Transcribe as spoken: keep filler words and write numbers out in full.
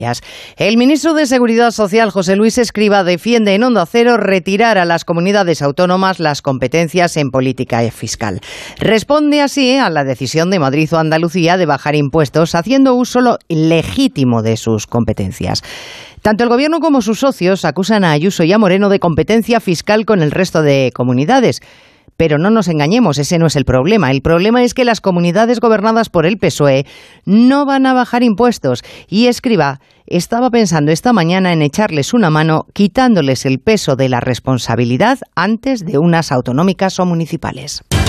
El ministro de Seguridad Social, José Luis Escrivá, defiende en Onda Cero retirar a las comunidades autónomas las competencias en política fiscal. Responde así a la decisión de Madrid o Andalucía de bajar impuestos, haciendo uso legítimo de sus competencias. Tanto el Gobierno como sus socios acusan a Ayuso y a Moreno de competencia fiscal con el resto de comunidades. Pero no nos engañemos, ese no es el problema. El problema es que las comunidades gobernadas por el P S O E no van a bajar impuestos. Y Escrivá estaba pensando esta mañana en echarles una mano quitándoles el peso de la responsabilidad antes de unas autonómicas o municipales.